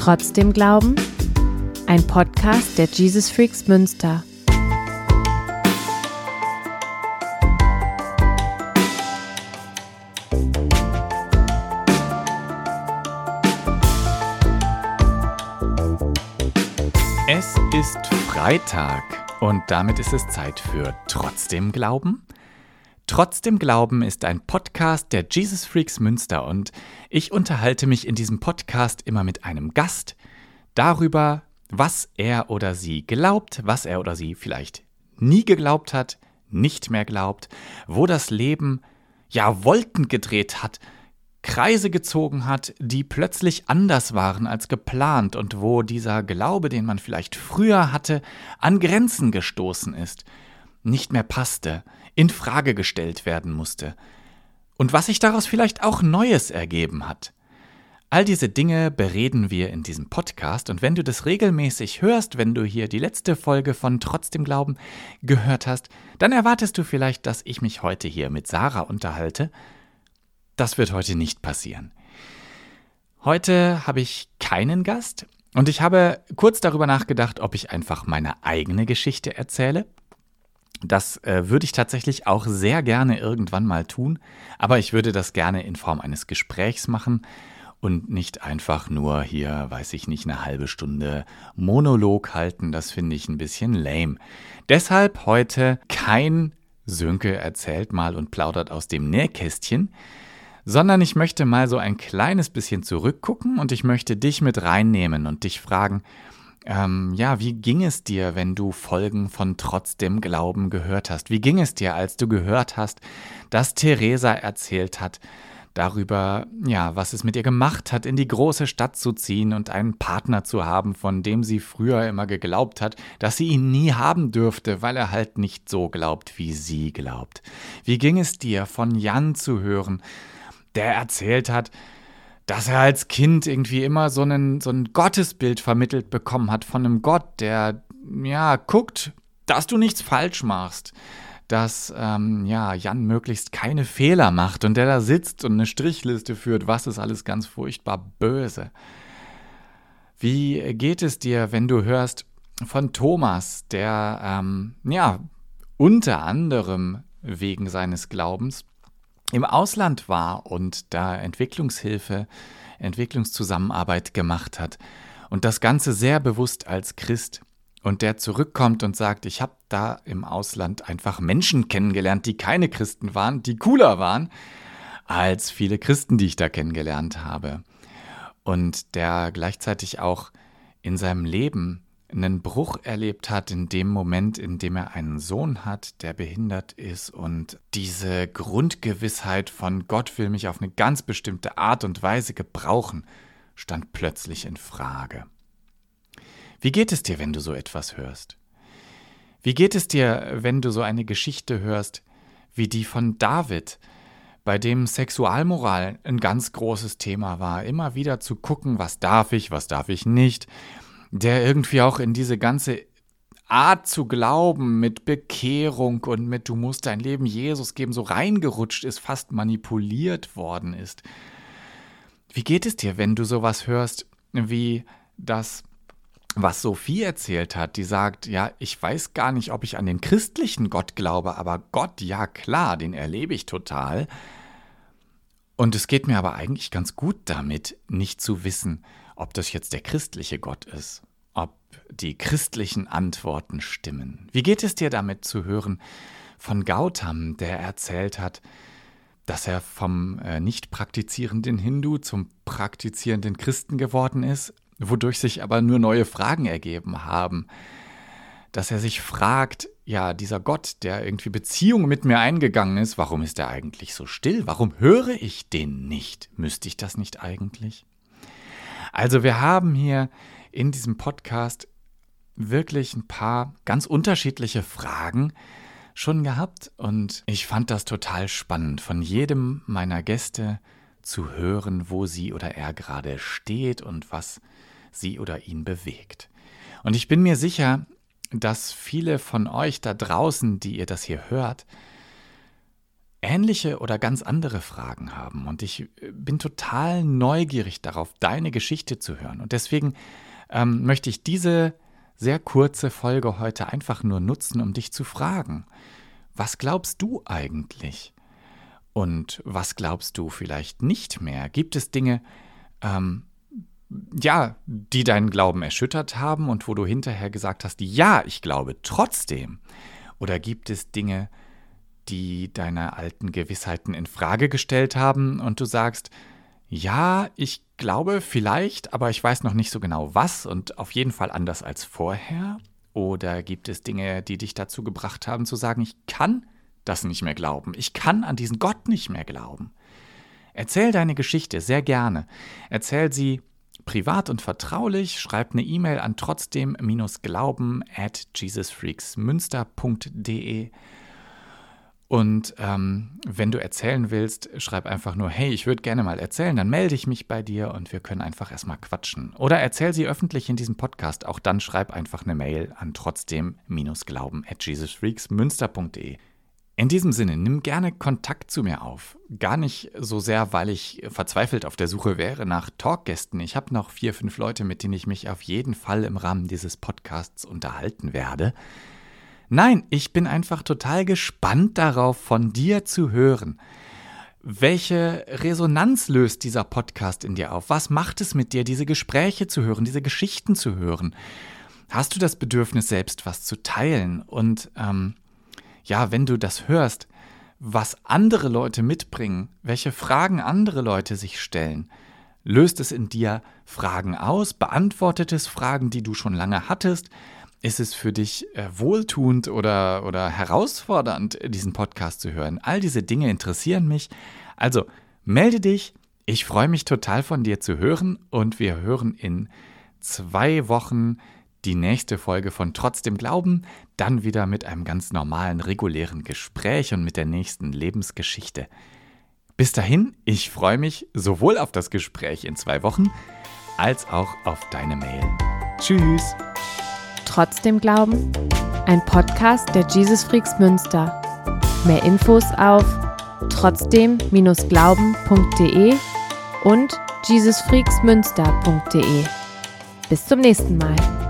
Trotzdem Glauben? Ein Podcast der Jesus Freaks Münster. Es ist Freitag und damit ist es Zeit für Trotzdem Glauben. Trotzdem Glauben ist ein Podcast der Jesus Freaks Münster und ich unterhalte mich in diesem Podcast immer mit einem Gast darüber, was er oder sie glaubt, was er oder sie vielleicht nie geglaubt hat, nicht mehr glaubt, wo das Leben Wolken gedreht hat, Kreise gezogen hat, die plötzlich anders waren als geplant und wo dieser Glaube, den man vielleicht früher hatte, an Grenzen gestoßen ist, nicht mehr passte, in Frage gestellt werden musste und was sich daraus vielleicht auch Neues ergeben hat. All diese Dinge bereden wir in diesem Podcast und wenn du das regelmäßig hörst, wenn du hier die letzte Folge von Trotzdem Glauben gehört hast, dann erwartest du vielleicht, dass ich mich heute hier mit Sarah unterhalte. Das wird heute nicht passieren. Heute habe ich keinen Gast und ich habe kurz darüber nachgedacht, ob ich einfach meine eigene Geschichte erzähle. Das würde ich tatsächlich auch sehr gerne irgendwann mal tun, aber ich würde das gerne in Form eines Gesprächs machen und nicht einfach nur hier, weiß ich nicht, eine halbe Stunde Monolog halten. Das finde ich ein bisschen lame. Deshalb heute kein Sönke erzählt mal und plaudert aus dem Nähkästchen, sondern ich möchte mal so ein kleines bisschen zurückgucken und ich möchte dich mit reinnehmen und dich fragen, wie ging es dir, wenn du Folgen von Trotzdem Glauben gehört hast? Wie ging es dir, als du gehört hast, dass Theresa erzählt hat darüber, was es mit ihr gemacht hat, in die große Stadt zu ziehen und einen Partner zu haben, von dem sie früher immer geglaubt hat, dass sie ihn nie haben dürfte, weil er halt nicht so glaubt, wie sie glaubt? Wie ging es dir, von Jan zu hören, der erzählt hat, dass er als Kind irgendwie immer so ein Gottesbild vermittelt bekommen hat von einem Gott, der guckt, dass du nichts falsch machst, dass Jan möglichst keine Fehler macht und der da sitzt und eine Strichliste führt, was ist alles ganz furchtbar böse. Wie geht es dir, wenn du hörst von Thomas, der unter anderem wegen seines Glaubens im Ausland war und da Entwicklungshilfe, Entwicklungszusammenarbeit gemacht hat und das Ganze sehr bewusst als Christ und der zurückkommt und sagt, ich habe da im Ausland einfach Menschen kennengelernt, die keine Christen waren, die cooler waren als viele Christen, die ich da kennengelernt habe und der gleichzeitig auch in seinem Leben einen Bruch erlebt hat in dem Moment, in dem er einen Sohn hat, der behindert ist und diese Grundgewissheit von Gott will mich auf eine ganz bestimmte Art und Weise gebrauchen, stand plötzlich in Frage. Wie geht es dir, wenn du so etwas hörst? Wie geht es dir, wenn du so eine Geschichte hörst wie die von David, bei dem Sexualmoral ein ganz großes Thema war, immer wieder zu gucken, was darf ich nicht, der irgendwie auch in diese ganze Art zu glauben mit Bekehrung und mit du musst dein Leben Jesus geben, so reingerutscht ist, fast manipuliert worden ist. Wie geht es dir, wenn du sowas hörst, wie das, was Sophie erzählt hat, die sagt, ich weiß gar nicht, ob ich an den christlichen Gott glaube, aber Gott, ja klar, den erlebe ich total. Und es geht mir aber eigentlich ganz gut damit, nicht zu wissen, ob das jetzt der christliche Gott ist, ob die christlichen Antworten stimmen. Wie geht es dir damit zu hören von Gautam, der erzählt hat, dass er vom nicht praktizierenden Hindu zum praktizierenden Christen geworden ist, wodurch sich aber nur neue Fragen ergeben haben, dass er sich fragt, dieser Gott, der irgendwie Beziehung mit mir eingegangen ist, warum ist er eigentlich so still? Warum höre ich den nicht? Müsste ich das nicht eigentlich? Also wir haben hier in diesem Podcast wirklich ein paar ganz unterschiedliche Fragen schon gehabt und ich fand das total spannend, von jedem meiner Gäste zu hören, wo sie oder er gerade steht und was sie oder ihn bewegt. Und ich bin mir sicher, dass viele von euch da draußen, die ihr das hier hört, ähnliche oder ganz andere Fragen haben. Und ich bin total neugierig darauf, deine Geschichte zu hören. Und deswegen möchte ich diese sehr kurze Folge heute einfach nur nutzen, um dich zu fragen, was glaubst du eigentlich? Und was glaubst du vielleicht nicht mehr? Gibt es Dinge, die deinen Glauben erschüttert haben und wo du hinterher gesagt hast, ja, ich glaube trotzdem? Oder gibt es Dinge, die deine alten Gewissheiten in Frage gestellt haben und du sagst, ja, ich glaube vielleicht, aber ich weiß noch nicht so genau was und auf jeden Fall anders als vorher? Oder gibt es Dinge, die dich dazu gebracht haben zu sagen, ich kann das nicht mehr glauben, ich kann an diesen Gott nicht mehr glauben? Erzähl deine Geschichte sehr gerne. Erzähl sie privat und vertraulich, schreib eine E-Mail an trotzdem-glauben@jesusfreaksmünster.de. Und wenn du erzählen willst, schreib einfach nur, hey, ich würde gerne mal erzählen, dann melde ich mich bei dir und wir können einfach erstmal quatschen. Oder erzähl sie öffentlich in diesem Podcast, auch dann schreib einfach eine Mail an trotzdem-glauben@jesusfreaksmünster.de. In diesem Sinne, nimm gerne Kontakt zu mir auf. Gar nicht so sehr, weil ich verzweifelt auf der Suche wäre nach Talkgästen. Ich habe noch 4, 5 Leute, mit denen ich mich auf jeden Fall im Rahmen dieses Podcasts unterhalten werde. Nein, ich bin einfach total gespannt darauf, von dir zu hören. Welche Resonanz löst dieser Podcast in dir auf? Was macht es mit dir, diese Gespräche zu hören, diese Geschichten zu hören? Hast du das Bedürfnis, selbst was zu teilen? Und wenn du das hörst, was andere Leute mitbringen, welche Fragen andere Leute sich stellen, löst es in dir Fragen aus? Beantwortet es Fragen, die du schon lange hattest? Ist es für dich wohltuend oder herausfordernd, diesen Podcast zu hören? All diese Dinge interessieren mich. Also melde dich. Ich freue mich total von dir zu hören und wir hören in 2 Wochen die nächste Folge von Trotzdem Glauben, dann wieder mit einem ganz normalen, regulären Gespräch und mit der nächsten Lebensgeschichte. Bis dahin, ich freue mich sowohl auf das Gespräch in 2 Wochen, als auch auf deine Mail. Tschüss! Trotzdem Glauben? Ein Podcast der Jesus Freaks Münster. Mehr Infos auf trotzdem-glauben.de und jesusfreaksmünster.de. Bis zum nächsten Mal.